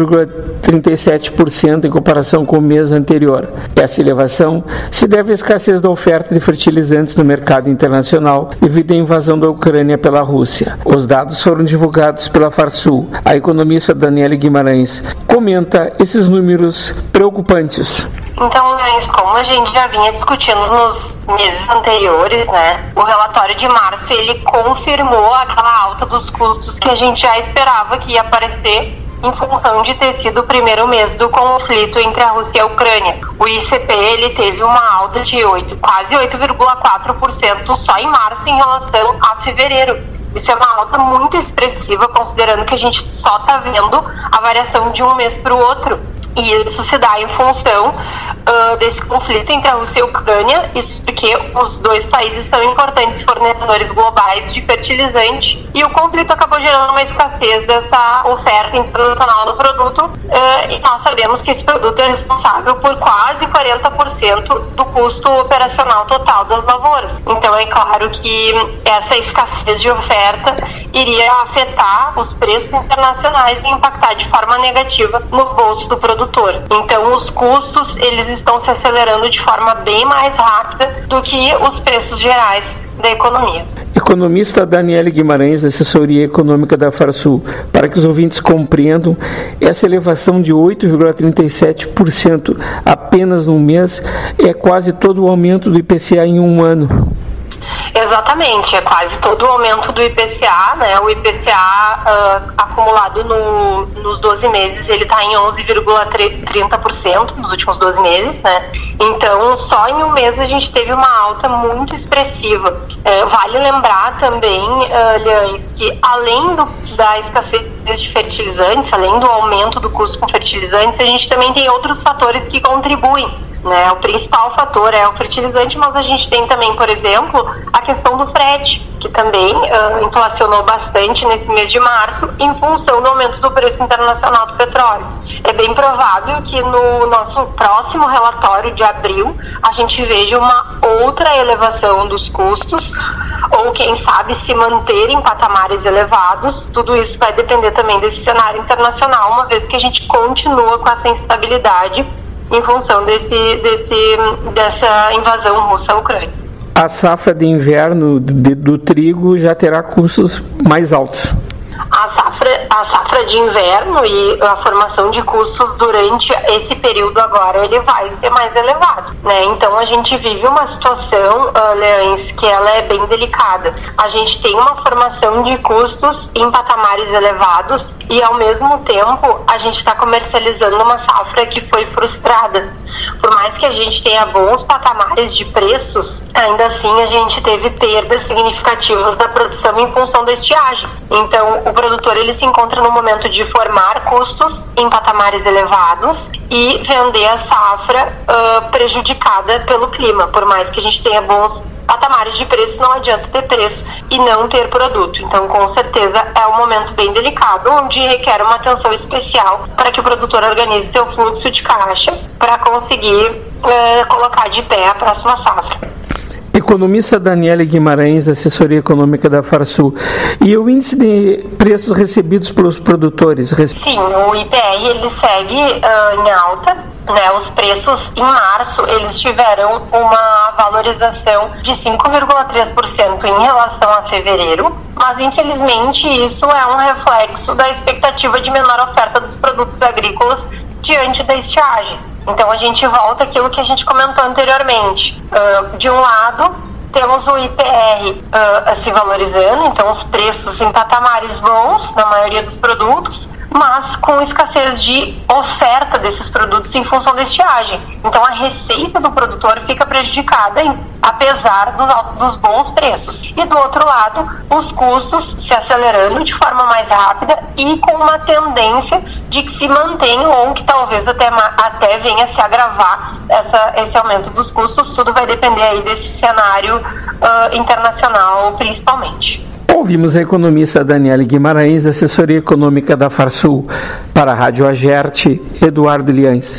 8,37% em comparação com o mês anterior. Essa elevação se deve à escassez da oferta de fertilizantes no mercado internacional devido à invasão da Ucrânia pela Rússia. Os dados foram divulgados pela Farsul. A economista Daniele Guimarães comenta esses números preocupantes. Então, como a gente já vinha discutindo nos meses anteriores, o relatório de março, ele confirmou aquela alta dos custos que a gente já esperava que ia aparecer em função de ter sido o primeiro mês do conflito entre a Rússia e a Ucrânia. O ICP, ele teve uma alta de quase 8,4% só em março em relação a fevereiro. Isso é uma alta muito expressiva, considerando que a gente só está vendo a variação de um mês para o outro. E isso se dá em função desse conflito entre a Rússia e a Ucrânia, isso porque os dois países são importantes fornecedores globais de fertilizante, e o conflito acabou gerando uma escassez dessa oferta internacional do produto, e nós sabemos que esse produto é responsável por quase 40% do custo operacional total das lavouras. Então é claro que essa escassez de oferta iria afetar os preços internacionais e impactar de forma negativa no bolso do produtor. Então os custos, eles estão se acelerando de forma bem mais rápida do que os preços gerais da economia. Economista Daniele Guimarães, da assessoria econômica da Farsul. Para que os ouvintes compreendam, essa elevação de 8,37% apenas num mês é quase todo o aumento do IPCA em um ano. Exatamente, é quase todo o aumento do IPCA, O IPCA acumulado nos 12 meses, ele está em 11,30% nos últimos 12 meses, Então, só em um mês a gente teve uma alta muito expressiva. Vale lembrar também, Leães, que além da escassez de fertilizantes, além do aumento do custo com fertilizantes, a gente também tem outros fatores que contribuem. O principal fator é o fertilizante, mas a gente tem também, por exemplo, a questão do frete, que também inflacionou bastante nesse mês de março em função do aumento do preço internacional do petróleo. É bem provável que no nosso próximo relatório de abril a gente veja uma outra elevação dos custos, ou quem sabe se manter em patamares elevados. Tudo isso vai depender também desse cenário internacional, uma vez que a gente continua com essa instabilidade em função dessa invasão russa à Ucrânia. A safra de inverno do trigo já terá custos mais altos. A safra de inverno e a formação de custos durante esse período agora, ele vai ser mais elevado, Então a gente vive uma situação, Leães, que ela é bem delicada. A gente tem uma formação de custos em patamares elevados e ao mesmo tempo a gente está comercializando uma safra que foi frustrada. Por mais que a gente tenha bons patamares de preços, ainda assim a gente teve perdas significativas da produção em função da estiagem. Então o produtor, ele se encontra no momento de formar custos em patamares elevados e vender a safra prejudicada pelo clima. Por mais que a gente tenha bons patamares de preço, não adianta ter preço e não ter produto. Então, com certeza, é um momento bem delicado, onde requer uma atenção especial para que o produtor organize seu fluxo de caixa para conseguir colocar de pé a próxima safra. Economista Daniele Guimarães, assessoria econômica da Farsul. E o índice de preços recebidos pelos produtores? Sim, o IPR ele segue em alta. Os preços em março eles tiveram uma valorização de 5,3% em relação a fevereiro, mas infelizmente isso é um reflexo da expectativa de menor oferta dos produtos agrícolas diante da estiagem. Então a gente volta àquilo que a gente comentou anteriormente. De um lado, temos o IPR se valorizando, então os preços em patamares bons na maioria dos produtos, mas com escassez de oferta desses produtos em função da estiagem. Então a receita do produtor fica prejudicada, apesar dos bons preços. E do outro lado, os custos se acelerando de forma mais rápida e com uma tendência de que se mantenham ou que talvez até venha a se agravar esse aumento dos custos. Tudo vai depender aí desse cenário internacional, principalmente. Ouvimos a economista Daniele Guimarães, assessoria econômica da Farsul. Para a Rádio Agerte, Eduardo Liães.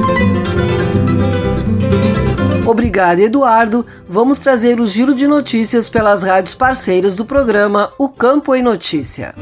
Obrigado, Eduardo. Vamos trazer o giro de notícias pelas rádios parceiras do programa O Campo em Notícia.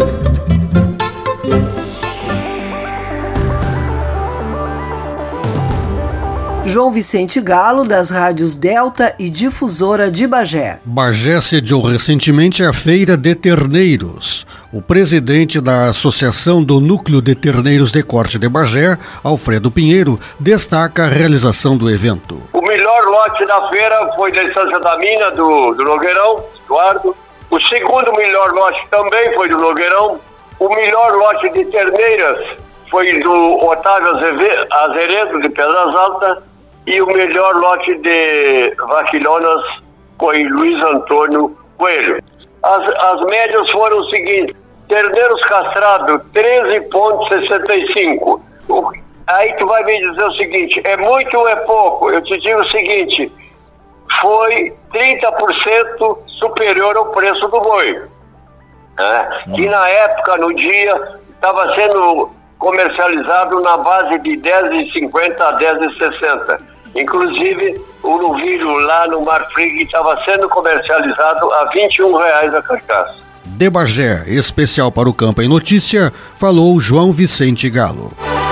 João Vicente Galo, das rádios Delta e Difusora de Bagé. Bagé sediou recentemente a Feira de Terneiros. O presidente da Associação do Núcleo de Terneiros de Corte de Bagé, Alfredo Pinheiro, destaca a realização do evento. O melhor lote da feira foi da Estância da Mina, do Nogueirão, Eduardo. O segundo melhor lote também foi do Nogueirão. O melhor lote de terneiras foi do Otávio Azeredo, de Pedras Altas. E o melhor lote de vaquilhonas foi Luiz Antônio Coelho. As médias foram o seguinte: terneiros castrados 13,65. Aí tu vai me dizer o seguinte: é muito ou é pouco? Eu te digo o seguinte: foi 30% superior ao preço do boi, que na época, no dia, estava sendo comercializado na base de 10,50 a 10,60. Inclusive, o novilho lá no Marfrig estava sendo comercializado a R$21 a carcaça. De Bagé, especial para o Campo em Notícia, falou João Vicente Galo.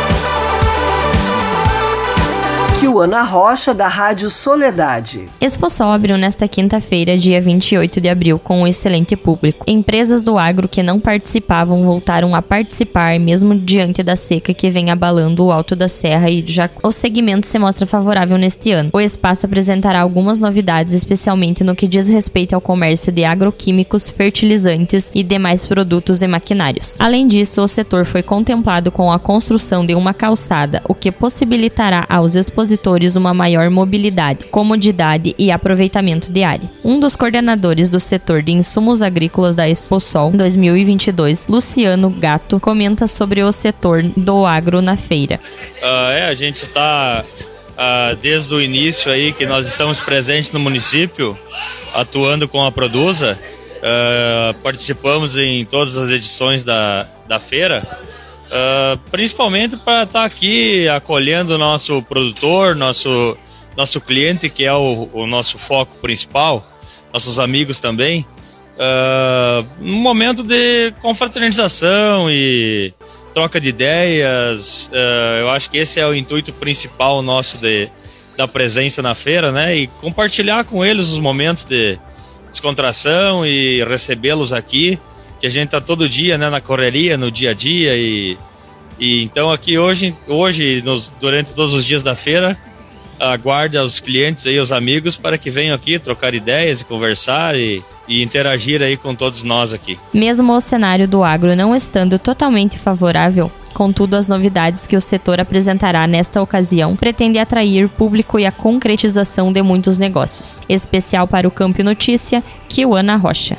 Kiwana Rocha, da Rádio Soledade. Exposol abriu nesta quinta-feira, dia 28 de abril, com um excelente público. Empresas do agro que não participavam voltaram a participar, mesmo diante da seca que vem abalando o Alto da Serra, e já o segmento se mostra favorável neste ano. O espaço apresentará algumas novidades, especialmente no que diz respeito ao comércio de agroquímicos, fertilizantes e demais produtos e maquinários. Além disso, o setor foi contemplado com a construção de uma calçada, o que possibilitará aos expositores uma maior mobilidade, comodidade e aproveitamento de área. Um dos coordenadores do setor de insumos agrícolas da Exposol 2022, Luciano Gatto, comenta sobre o setor do agro na feira. A gente está desde o início aí que nós estamos presentes no município, atuando com a Produsa, participamos em todas as edições da feira. Principalmente para estar aqui acolhendo o nosso produtor, nosso cliente, que é o nosso foco principal, nossos amigos também, num momento de confraternização e troca de ideias. Eu acho que esse é o intuito principal nosso da presença na feira, né? E compartilhar com eles os momentos de descontração e recebê-los aqui, que a gente tá todo dia, né, na correria, no dia a dia, e então aqui hoje durante todos os dias da feira, aguarde aos clientes aí, os amigos, para que venham aqui trocar ideias e conversar e interagir aí com todos nós aqui. Mesmo o cenário do agro não estando totalmente favorável, contudo, as novidades que o setor apresentará nesta ocasião pretende atrair público e a concretização de muitos negócios. Especial para o Campo Notícia, Kiwana Rocha.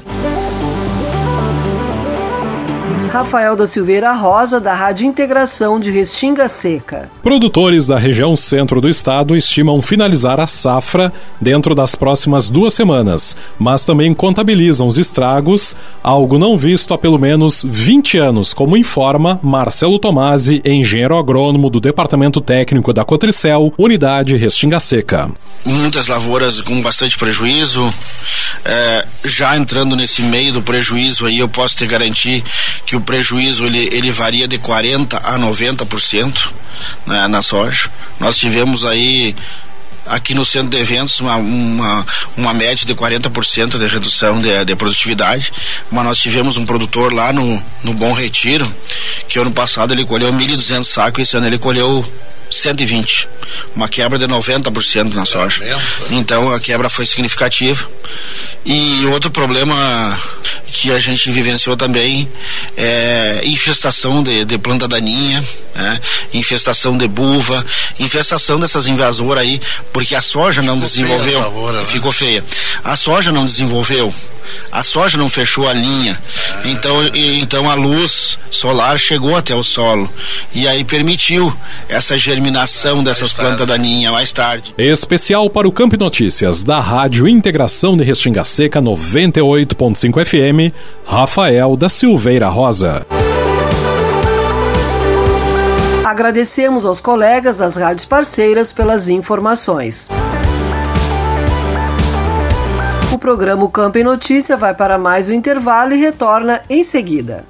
Rafael da Silveira Rosa, da Rádio Integração de Restinga Seca. Produtores da região centro do estado estimam finalizar a safra dentro das próximas 2 semanas, mas também contabilizam os estragos, algo não visto há pelo menos 20 anos, como informa Marcelo Tomasi, engenheiro agrônomo do Departamento Técnico da Cotricel, Unidade Restinga Seca. Muitas lavouras com bastante prejuízo. Já entrando nesse meio do prejuízo aí, eu posso te garantir que o prejuízo ele varia de 40% a 90%, né, na soja. Nós tivemos aí aqui no centro de eventos uma média de 40% de redução de produtividade, mas nós tivemos um produtor lá no Bom Retiro, que ano passado ele colheu 1.200 sacos, esse ano ele colheu 120, uma quebra de 90% na soja. Então a quebra foi significativa. E outro problema que a gente vivenciou também infestação de planta daninha, né? Infestação de buva, infestação dessas invasoras aí, porque a soja não desenvolveu, ficou feia. A soja não desenvolveu, a soja não fechou a linha, então a luz solar chegou até o solo e aí permitiu essa germinação dessas plantas daninhas mais tarde. Especial para o Campo Notícias da Rádio Integração de Restinga Seca 98.5 FM, Rafael da Silveira Rosa. Agradecemos aos colegas das rádios parceiras pelas informações. O programa Campo em Notícia vai para mais um intervalo e retorna em seguida.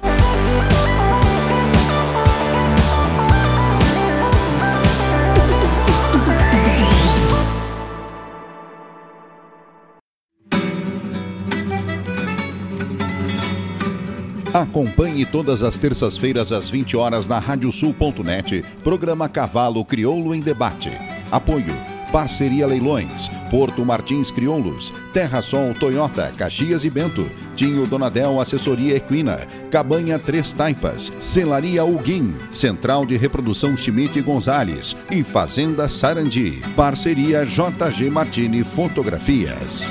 Acompanhe todas as terças-feiras às 20 horas na radiosul.net, programa Cavalo Crioulo em Debate. Apoio: Parceria Leilões, Porto Martins Crioulos, Terra Sol Toyota, Caxias e Bento, Tinho Donadel Assessoria Equina, Cabanha Três Taipas, Celaria Huguim, Central de Reprodução Schmidt e Gonzalez e Fazenda Sarandi. Parceria JG Martini Fotografias.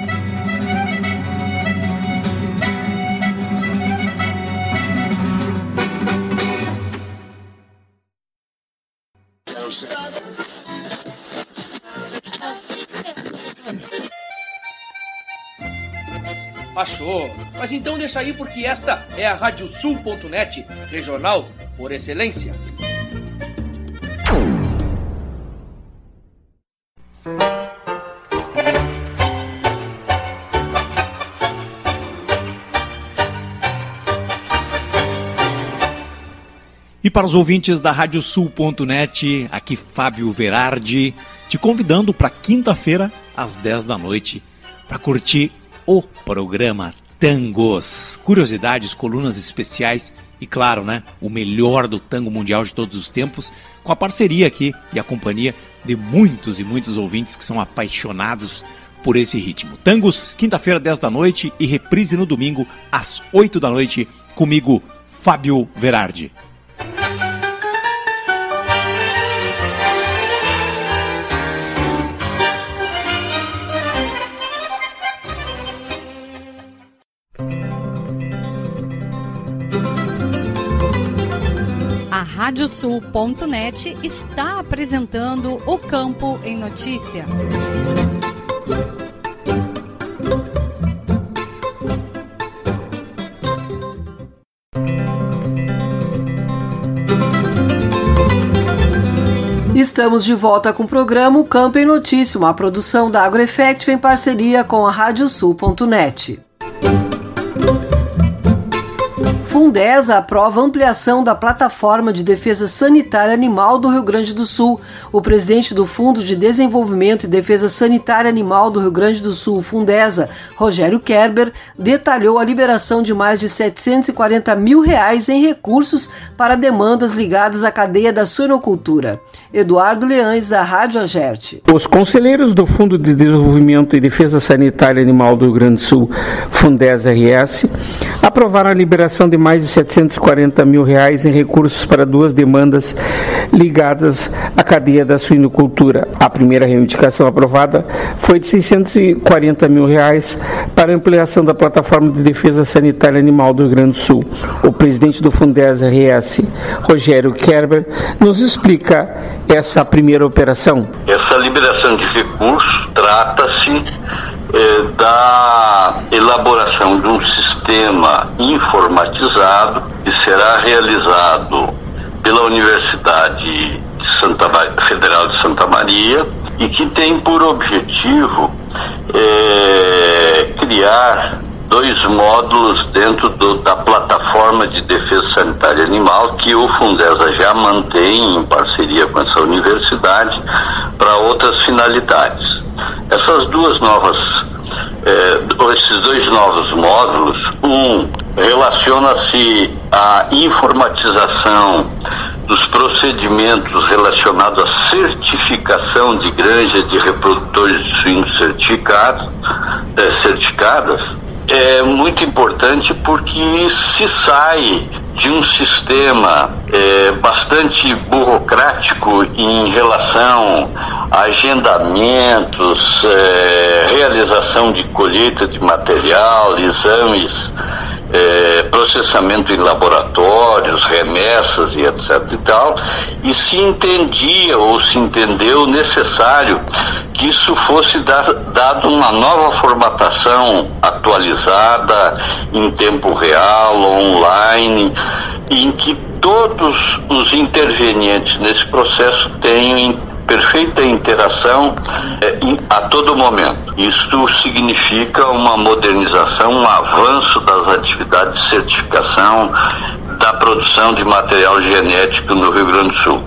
Achou? Mas então deixa aí, porque esta é a radiosul.net, regional por excelência. E para os ouvintes da radiosul.net, aqui Fábio Verardi, te convidando para quinta-feira, às 10 da noite, para curtir o programa Tangos. Curiosidades, colunas especiais e, claro, né, o melhor do tango mundial de todos os tempos, com a parceria aqui e a companhia de muitos e muitos ouvintes que são apaixonados por esse ritmo. Tangos, quinta-feira, 10 da noite e reprise no domingo, às 8 da noite, comigo, Fábio Verardi. A radiosul.net está apresentando o Campo em Notícia. Estamos de volta com o programa Campo em Notícia, uma produção da AgroEffect em parceria com a radiosul.net. Fundesa aprova ampliação da plataforma de defesa sanitária animal do Rio Grande do Sul. O presidente do Fundo de Desenvolvimento e Defesa Sanitária Animal do Rio Grande do Sul, Fundesa, Rogério Kerber, detalhou a liberação de mais de R$740 mil em recursos para demandas ligadas à cadeia da suinocultura. Eduardo Leães, da Rádio Agerte. Os conselheiros do Fundo de Desenvolvimento e Defesa Sanitária Animal do Rio Grande do Sul, Fundesa RS, aprovaram a liberação de mais de R$740 mil em recursos para duas demandas ligadas à cadeia da suinocultura. A primeira reivindicação aprovada foi de R$640 mil para a ampliação da plataforma de defesa sanitária animal do Rio Grande do Sul. O presidente do Fundesa RS, Rogério Kerber, nos explica essa primeira operação. Essa liberação de recursos trata-se da elaboração de um sistema informatizado que será realizado pela Universidade Federal de Santa Maria e que tem por objetivo criar dois módulos dentro da plataforma de defesa sanitária animal que o Fundesa já mantém em parceria com essa universidade para outras finalidades. Esses dois novos módulos, relaciona-se à informatização dos procedimentos relacionados à certificação de granjas de reprodutores de suínos certificadas é muito importante porque se sai de um sistema bastante burocrático em relação a agendamentos, realização de colheita de material, exames, processamento em laboratórios, remessas e etc e tal, e se entendia ou se entendeu necessário que isso fosse dado uma nova formatação atualizada, em tempo real, online, em que todos os intervenientes nesse processo tenham perfeita interação a todo momento. Isto significa uma modernização, um avanço das atividades de certificação da produção de material genético no Rio Grande do Sul.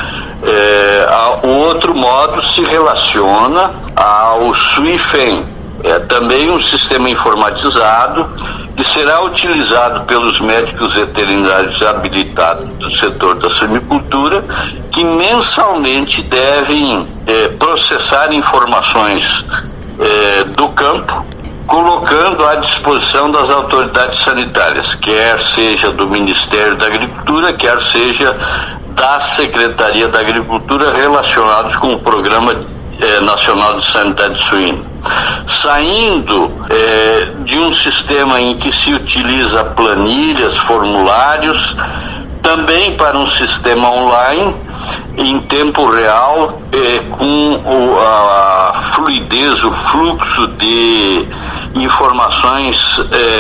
O outro modo se relaciona ao SUIFEM. É também um sistema informatizado que será utilizado pelos médicos veterinários habilitados do setor da suinicultura, que mensalmente devem processar informações do campo, colocando à disposição das autoridades sanitárias, quer seja do Ministério da Agricultura, quer seja da Secretaria da Agricultura, relacionados com o Programa Nacional de Sanidade Suína. Saindo de um sistema em que se utiliza planilhas, formulários, também para um sistema online, em tempo real, com a fluidez, o fluxo de informações,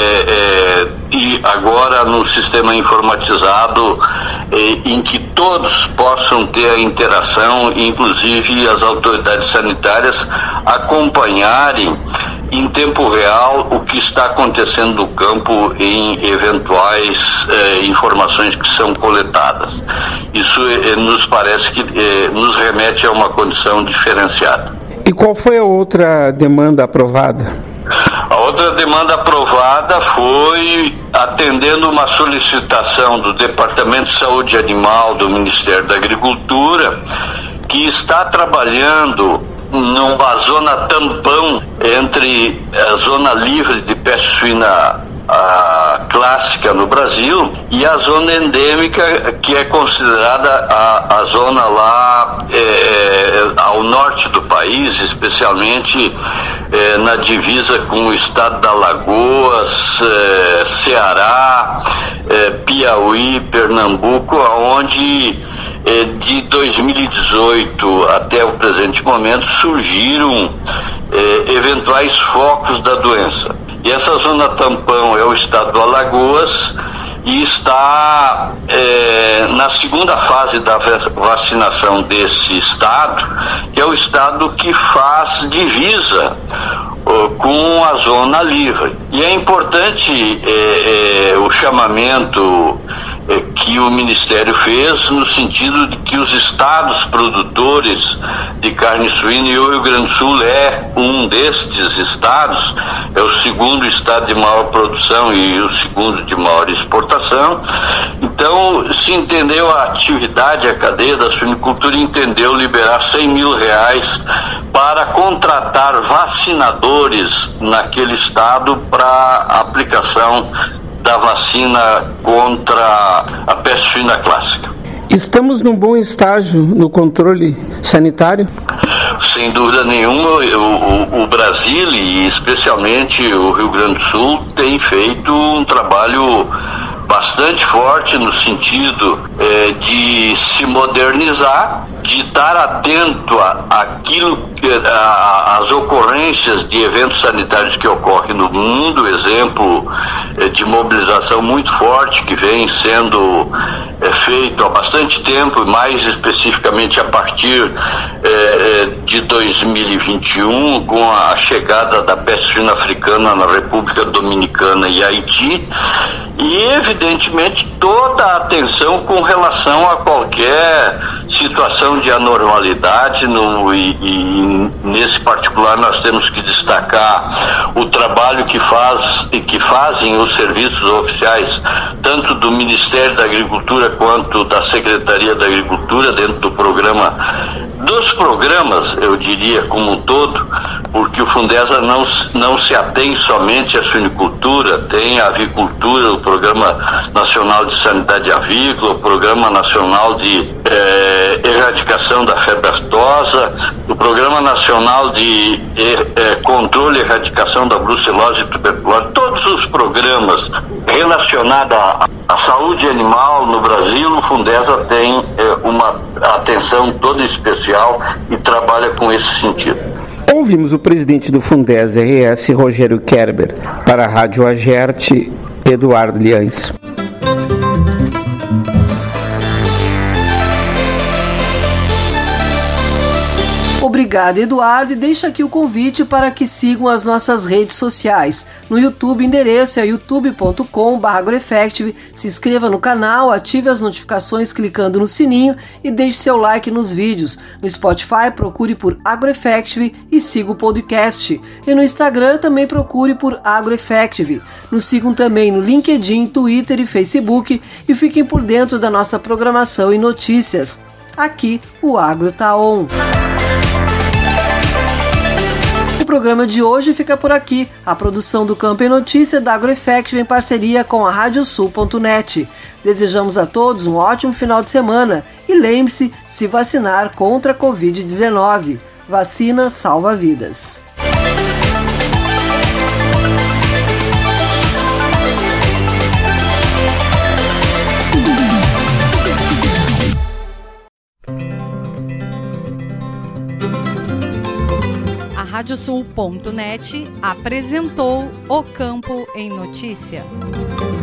e agora no sistema informatizado, em que todos possam ter a interação, inclusive as autoridades sanitárias acompanharem em tempo real o que está acontecendo no campo em eventuais informações que são coletadas. Isso nos parece que nos remete a uma condição diferenciada. E qual foi a outra demanda aprovada? A outra demanda aprovada foi atendendo uma solicitação do Departamento de Saúde Animal do Ministério da Agricultura, que está trabalhando numa zona tampão entre a zona livre de peste suína clássica no Brasil e a zona endêmica, que é considerada a zona lá ao norte do país, especialmente na divisa com o estado da Alagoas, Ceará, Piauí, Pernambuco, onde de 2018 até o presente momento surgiram eventuais focos da doença. E essa zona tampão é o estado do Alagoas e está na segunda fase da vacinação desse estado, que é o estado que faz divisa com a zona livre. E é importante o chamamento que o Ministério fez no sentido de que os estados produtores de carne suína, e o Rio Grande do Sul é um destes estados, é o segundo estado de maior produção e o segundo de maior exportação. Então se entendeu a atividade, a cadeia da suinicultura entendeu liberar R$100 mil para contratar vacinadores naquele estado para aplicação da vacina contra a peste suína clássica. Estamos num bom estágio no controle sanitário? Sem dúvida nenhuma, o Brasil e especialmente o Rio Grande do Sul tem feito um trabalho bastante forte no sentido de se modernizar, de estar atento às ocorrências de eventos sanitários que ocorrem no mundo, exemplo de mobilização muito forte que vem sendo feito há bastante tempo, mais especificamente a partir de 2021, com a chegada da peste suína africana na República Dominicana e Haiti, e evidentemente toda a atenção com relação a qualquer situação de anormalidade, e nesse particular nós temos que destacar o trabalho que fazem os serviços oficiais, tanto do Ministério da Agricultura quanto da Secretaria da Agricultura, dentro do programa dos programas, eu diria como um todo, porque o Fundesa não se atém somente à suinicultura, tem a avicultura, o Programa Nacional de Sanidade Avícola, o Programa Nacional de Erradicação da Febre Aftosa, o Programa Nacional de Controle e Erradicação da Brucelose e Tuberculose, todos os programas relacionados à saúde animal no Brasil, o Fundesa tem uma atenção toda especial e trabalha com esse sentido. Ouvimos o presidente do Fundesa RS, Rogério Kerber, para a Rádio Agerte, Eduardo Liães. Obrigada, Eduardo, e deixa aqui o convite para que sigam as nossas redes sociais. No YouTube, o endereço é youtube.com/agroeffective. Se inscreva no canal, ative as notificações clicando no sininho e deixe seu like nos vídeos. No Spotify, procure por Agroeffective e siga o podcast. E no Instagram, também procure por Agroeffective. Nos sigam também no LinkedIn, Twitter e Facebook e fiquem por dentro da nossa programação e notícias. Aqui, o Agro tá on. O programa de hoje fica por aqui. A produção do Campo em Notícia da Agroeffective em parceria com a Radiosul.net. Desejamos a todos um ótimo final de semana e lembre-se de se vacinar contra a Covid-19. Vacina salva vidas. Radiosul.net apresentou o Campo em Notícia.